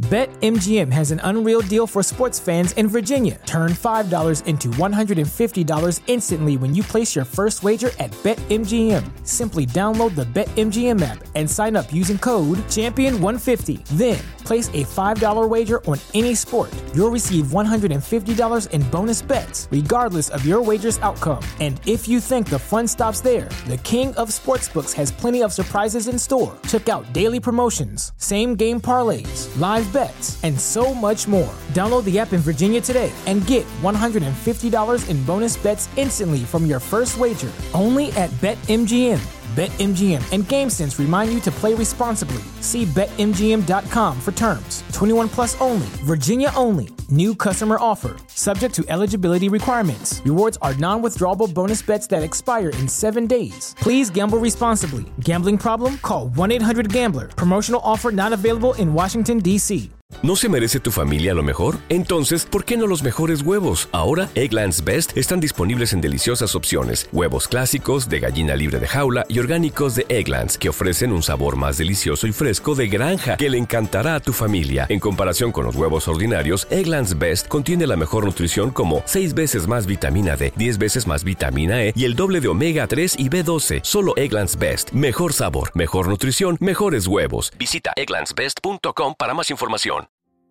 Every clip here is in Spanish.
BetMGM has an unreal deal for sports fans in Virginia. Turn $5 into $150 instantly when you place your first wager at BetMGM. Simply download the BetMGM app and sign up using code Champion150. Then, place a $5 wager on any sport. You'll receive $150 in bonus bets, regardless of your wager's outcome. And if you think the fun stops there, the King of Sportsbooks has plenty of surprises in store. Check out daily promotions, same-game parlays, live bets, and so much more. Download the app in Virginia today and get $150 in bonus bets instantly from your first wager. Only at BetMGM. BetMGM and GameSense remind you to play responsibly. See BetMGM.com for terms. 21 plus only. Virginia only. New customer offer. Subject to eligibility requirements. Rewards are non-withdrawable bonus bets that expire in 7 days. Please gamble responsibly. Gambling problem? Call 1-800-GAMBLER. Promotional offer not available in Washington, D.C. ¿No se merece tu familia lo mejor? Entonces, ¿por qué no los mejores huevos? Ahora, Eggland's Best están disponibles en deliciosas opciones. Huevos clásicos, de gallina libre de jaula y orgánicos de Eggland's, que ofrecen un sabor más delicioso y fresco de granja que le encantará a tu familia. En comparación con los huevos ordinarios, Eggland's Best contiene la mejor nutrición como 6 veces más vitamina D, 10 veces más vitamina E y el doble de omega 3 y B12. Solo Eggland's Best. Mejor sabor, mejor nutrición, mejores huevos. Visita egglandsbest.com para más información.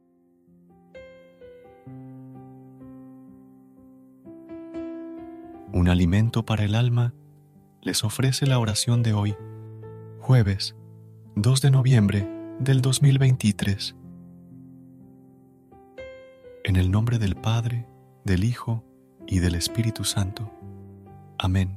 Un alimento para el alma les ofrece la oración de hoy, jueves 2 de noviembre del 2023. En el nombre del Padre, del Hijo y del Espíritu Santo. Amén.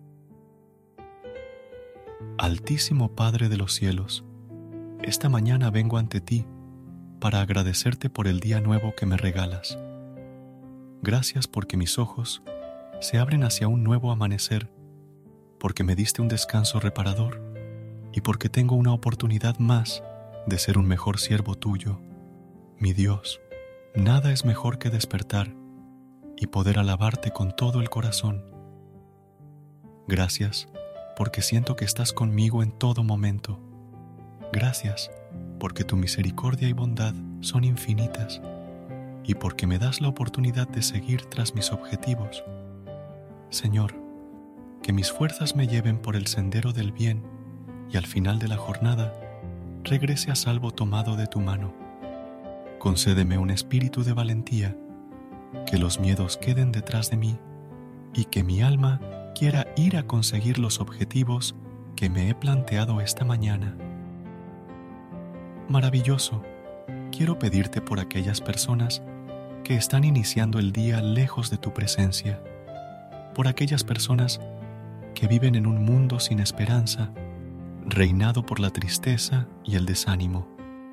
Altísimo Padre de los cielos, esta mañana vengo ante ti para agradecerte por el día nuevo que me regalas. Gracias porque mis ojos se abren hacia un nuevo amanecer, porque me diste un descanso reparador y porque tengo una oportunidad más de ser un mejor siervo tuyo. Mi Dios, nada es mejor que despertar y poder alabarte con todo el corazón. Gracias porque siento que estás conmigo en todo momento. Gracias porque tu misericordia y bondad son infinitas y porque me das la oportunidad de seguir tras mis objetivos. Señor, que mis fuerzas me lleven por el sendero del bien y al final de la jornada regrese a salvo tomado de tu mano. Concédeme un espíritu de valentía, que los miedos queden detrás de mí y que mi alma quiera ir a conseguir los objetivos que me he planteado esta mañana. Maravilloso, quiero pedirte por aquellas personas que están iniciando el día lejos de tu presencia, por aquellas personas que viven en un mundo sin esperanza, reinado por la tristeza y el desánimo.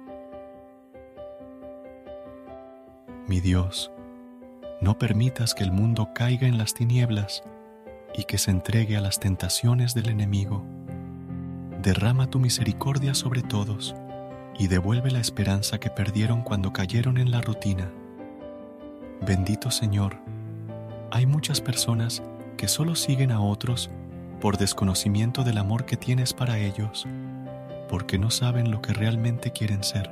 Mi Dios, no permitas que el mundo caiga en las tinieblas y que se entregue a las tentaciones del enemigo. Derrama tu misericordia sobre todos y devuelve la esperanza que perdieron cuando cayeron en la rutina. Bendito Señor, hay muchas personas que solo siguen a otros por desconocimiento del amor que tienes para ellos, porque no saben lo que realmente quieren ser.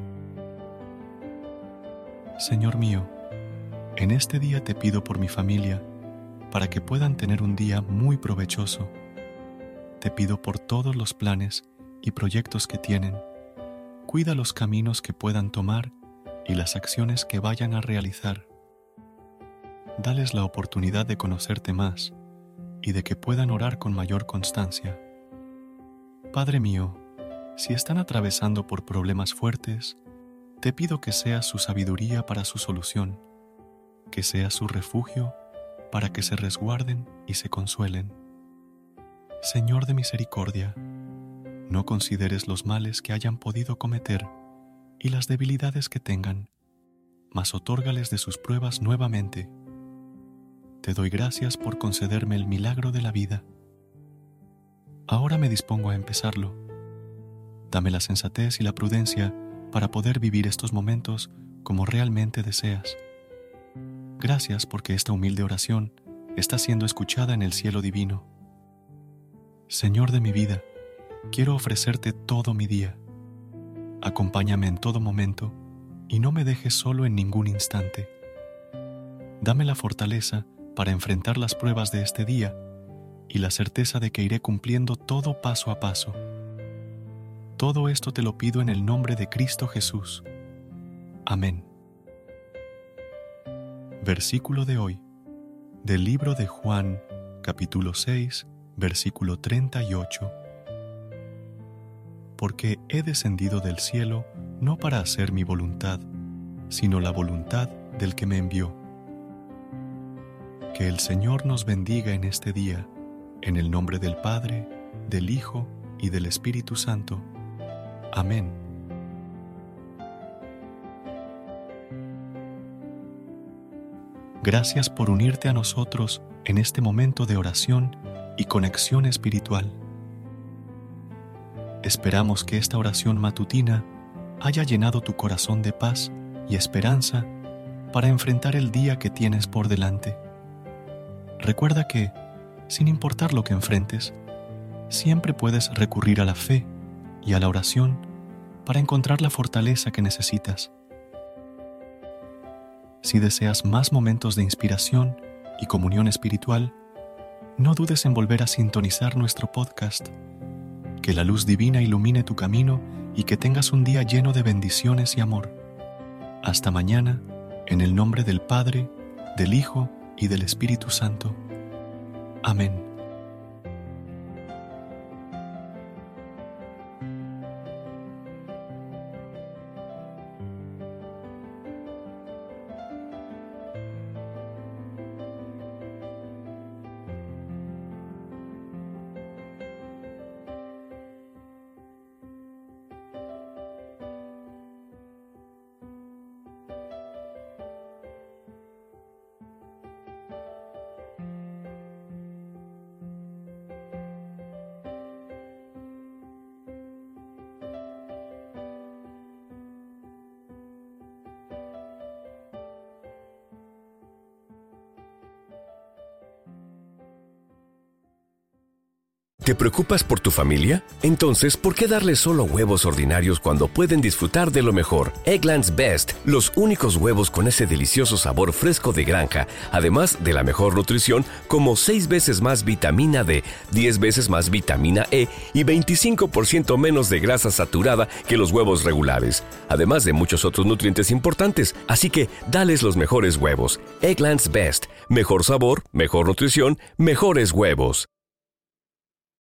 Señor mío, en este día te pido por mi familia, para que puedan tener un día muy provechoso. Te pido por todos los planes y proyectos que tienen. Cuida los caminos que puedan tomar y las acciones que vayan a realizar. Dales la oportunidad de conocerte más y de que puedan orar con mayor constancia. Padre mío, si están atravesando por problemas fuertes, te pido que seas su sabiduría para su solución, que seas su refugio para que se resguarden y se consuelen. Señor de misericordia, no consideres los males que hayan podido cometer y las debilidades que tengan, mas otórgales de sus pruebas nuevamente. Te doy gracias por concederme el milagro de la vida. Ahora me dispongo a empezarlo. Dame la sensatez y la prudencia para poder vivir estos momentos como realmente deseas. Gracias porque esta humilde oración está siendo escuchada en el cielo divino. Señor de mi vida, quiero ofrecerte todo mi día. Acompáñame en todo momento y no me dejes solo en ningún instante. Dame la fortaleza para enfrentar las pruebas de este día y la certeza de que iré cumpliendo todo paso a paso. Todo esto te lo pido en el nombre de Cristo Jesús. Amén. Versículo de hoy, del libro de Juan, capítulo 6, versículo 38. Porque he descendido del cielo no para hacer mi voluntad, sino la voluntad del que me envió. Que el Señor nos bendiga en este día, en el nombre del Padre, del Hijo y del Espíritu Santo. Amén. Gracias por unirte a nosotros en este momento de oración y conexión espiritual. Esperamos que esta oración matutina haya llenado tu corazón de paz y esperanza para enfrentar el día que tienes por delante. Recuerda que, sin importar lo que enfrentes, siempre puedes recurrir a la fe y a la oración para encontrar la fortaleza que necesitas. Si deseas más momentos de inspiración y comunión espiritual, no dudes en volver a sintonizar nuestro podcast. Que la luz divina ilumine tu camino y que tengas un día lleno de bendiciones y amor. Hasta mañana, en el nombre del Padre, del Hijo y del Espíritu Santo. Amén. ¿Te preocupas por tu familia? Entonces, ¿por qué darles solo huevos ordinarios cuando pueden disfrutar de lo mejor? Eggland's Best, los únicos huevos con ese delicioso sabor fresco de granja, además de la mejor nutrición, como 6 veces más vitamina D, 10 veces más vitamina E y 25% menos de grasa saturada que los huevos regulares, además de muchos otros nutrientes importantes. Así que, dales los mejores huevos. Eggland's Best, mejor sabor, mejor nutrición, mejores huevos.